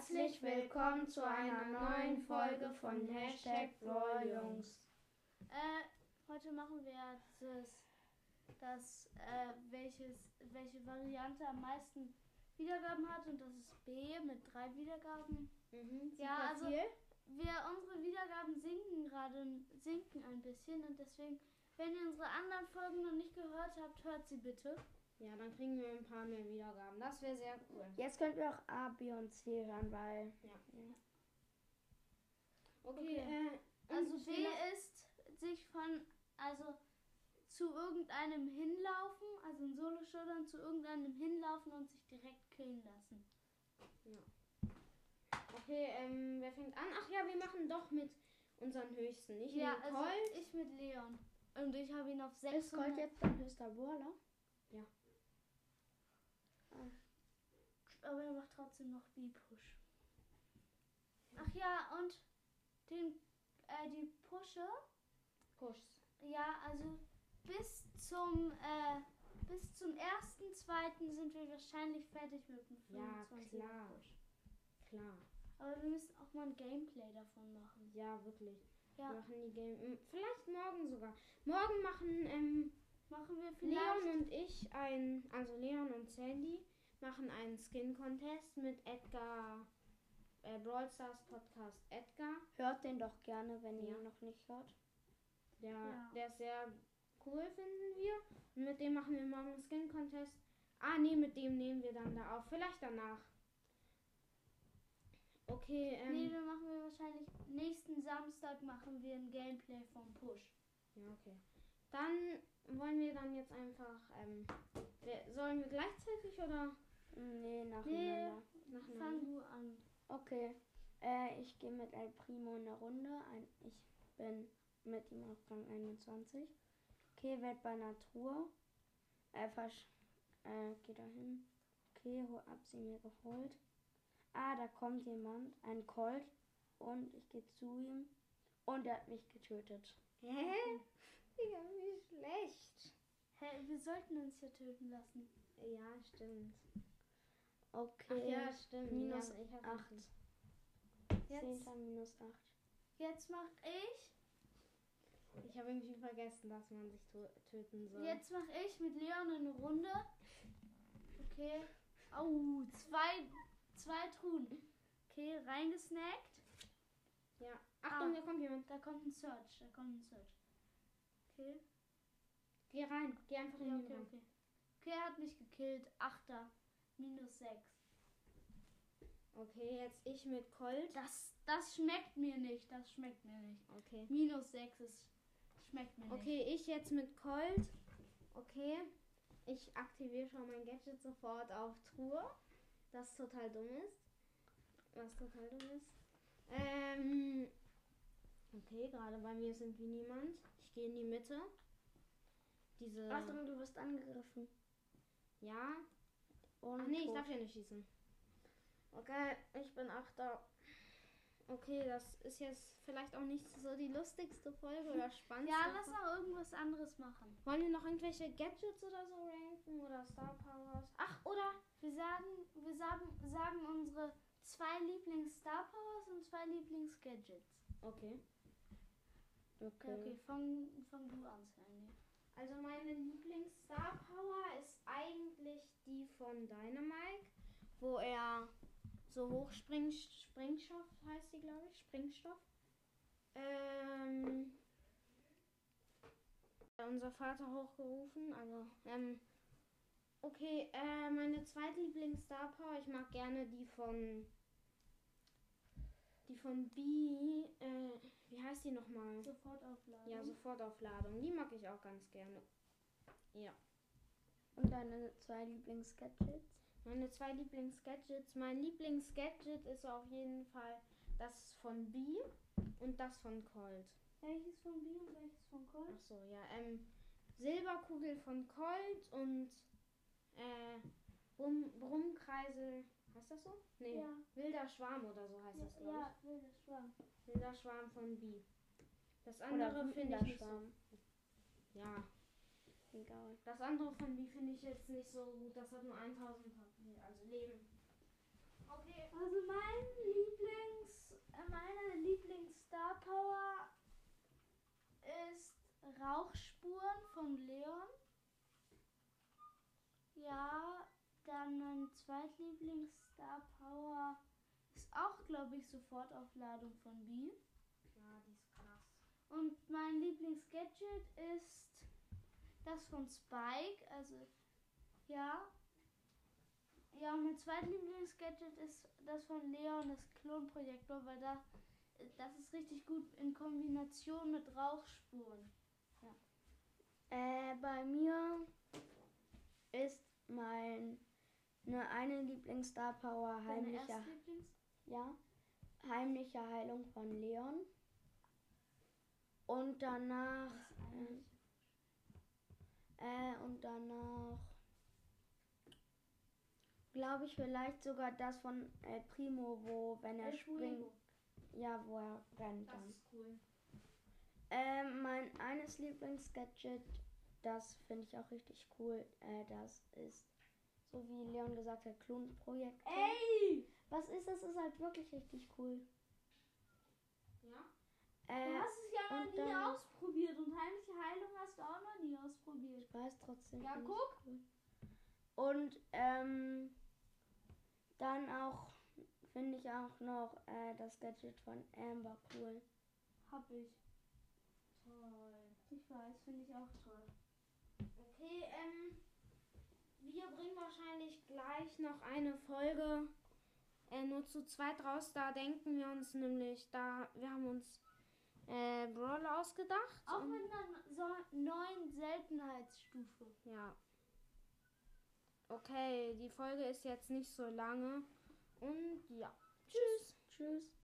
Herzlich willkommen zu einer neuen Folge von #BrawlJungs. Heute machen wir welche Variante am meisten Wiedergaben hat, und das ist B mit 3 Wiedergaben. Ja, also unsere Wiedergaben sinken ein bisschen, und deswegen, wenn ihr unsere anderen Folgen noch nicht gehört habt, hört sie bitte. Ja, dann kriegen wir ein paar mehr Wiedergaben. Das wäre sehr cool. Jetzt könnt ihr auch A, B und C hören, weil... Ja. Okay. Also B ist sich zu irgendeinem hinlaufen, also ein Solo-Showdown, zu irgendeinem hinlaufen und sich direkt killen lassen. Ja. Okay, wer fängt an? Ach ja, wir machen doch mit unseren höchsten, nicht? Ja, mit also Colt. ich mit Leon. Und ich habe ihn auf 600. Ist Colt jetzt dein höchster Brawler? Ja. Aber er macht trotzdem noch B-Push. Ach ja, und die Pushs. Ja, also bis zum 1.2. sind wir wahrscheinlich fertig mit dem 25. Ja, klar. Aber wir müssen auch mal ein Gameplay davon machen. Ja, wirklich. Ja. Wir machen die vielleicht morgen sogar. Morgen machen wir vielleicht... Leon und ich also Leon und Sandy machen einen Skin-Contest mit Edgar, Brawl Stars Podcast Edgar. Hört den doch gerne, wenn ihr ihn noch nicht hört. Der ist sehr cool, finden wir. Und mit dem machen wir morgen einen Skin-Contest. Mit dem nehmen wir dann da auf. Vielleicht danach. Okay, wir machen wahrscheinlich nächsten Samstag machen wir ein Gameplay vom Push. Ja, okay. Dann wollen wir dann jetzt einfach, sollen wir gleichzeitig oder? Nee, nacheinander. Fang du an. Okay, ich gehe mit El Primo in der Runde. Ich bin mit ihm auf Rang 21. Okay, werd bei Natur. Geh da hin. Okay, hab sie mir geholt. Da kommt jemand, ein Colt, und ich gehe zu ihm und er hat mich getötet. Hä? Digga, wie schlecht. Wir sollten uns ja töten lassen. Ja, stimmt. Okay. Ach ja, stimmt. Minus ich 8. Jetzt 10. minus 8. Jetzt mach ich. Ich habe irgendwie vergessen, dass man sich töten soll. Jetzt mache ich mit Leon eine Runde. Okay. Zwei Truhen. Okay, reingesnackt. Ja. Achtung, da kommt jemand. Da kommt ein Search. Okay. Geh rein. Geh einfach in den Raum. Okay, er hat mich gekillt. 8. minus 6. Okay, jetzt ich mit Colt. Das schmeckt mir nicht. Okay. Minus 6 schmeckt mir nicht. Okay, ich jetzt mit Colt. Okay. Ich aktiviere schon mein Gadget sofort auf Truhe. Was total dumm ist. Okay, gerade bei mir sind wie niemand. Ich gehe in die Mitte. Achtung, du wirst angegriffen. Ja. Und ich darf ja nicht schießen. Okay, ich bin 8. Okay, das ist jetzt vielleicht auch nicht so die lustigste Folge oder spannendste. Ja, lass auch irgendwas anderes machen. Wollen wir noch irgendwelche Gadgets oder so ranken oder Star Powers? Oder wir sagen unsere 2 Lieblings-Star Powers und 2 Lieblings-Gadgets. Okay. Fang du an, Sandy. Also meine Lieblings-Star Power ist eigentlich die von Dynamite, wo er so hoch Sprengstoff heißt die, glaube ich. Sprengstoff. Unser Vater hochgerufen, also, okay, meine zweitlieblings-Star Power, ich mag gerne die von B, wie heißt die nochmal? Sofortaufladung. Ja, Sofortaufladung, die mag ich auch ganz gerne. Ja. Und deine 2 Lieblings-Gadgets? Meine 2 Lieblings-Gadgets. Mein Lieblings-Gadget ist auf jeden Fall das von B und das von Colt. Welches von B und welches von Colt? Ach so, ja. Silberkugel von Colt und Brummkreisel. Heißt das so? Nee. Ja. Wilder Schwarm oder so heißt das, glaube ich. Ja, wilder Schwarm. Wilder Schwarm von B. Das andere finde ich nicht so. Ja. Egal. Das andere von B finde ich jetzt nicht so gut. Das hat nur 1000 also Leben. Okay. Also mein Dann mein Zweitlieblings-Star Power ist auch, glaube ich, Sofortaufladung von Bee. Ja, die ist krass. Und mein Lieblingsgadget ist das von Spike. Also, ja. Ja, und mein zweitlieblingsgadget ist das von Leon, das Klonprojektor, weil das ist richtig gut in Kombination mit Rauchspuren. Bei mir ist eine Lieblings-Star Power Deine heimliche, Erstlieblings? ja, heimliche Heilung von Leon. Und danach, glaube ich, vielleicht sogar das von El Primo, wo, wenn er El springt, Fuego. ja, wo er rennt Das dann. ist cool. Mein eines Lieblingsgadget, das finde ich auch richtig cool, das ist, so wie Leon gesagt hat, Klonprojektor. Ey! Was ist das? Ist halt wirklich richtig cool. Ja? Du hast es ja noch und nie dann- ausprobiert und heimliche Heilung hast du auch noch nie ausprobiert. Ich weiß trotzdem. Ja, find guck. ich cool. Und dann auch finde ich auch noch das Gadget von Amber cool. Hab ich. Toll. Ich weiß, finde ich auch toll. Okay, wir bringen wahrscheinlich gleich noch eine Folge nur zu zweit raus. Da denken wir uns nämlich, wir haben uns Brawler ausgedacht. Auch und- mit einer neuen Seltenheitsstufe. Ja. Okay, die Folge ist jetzt nicht so lange. Und ja. Tschüss. Tschüss.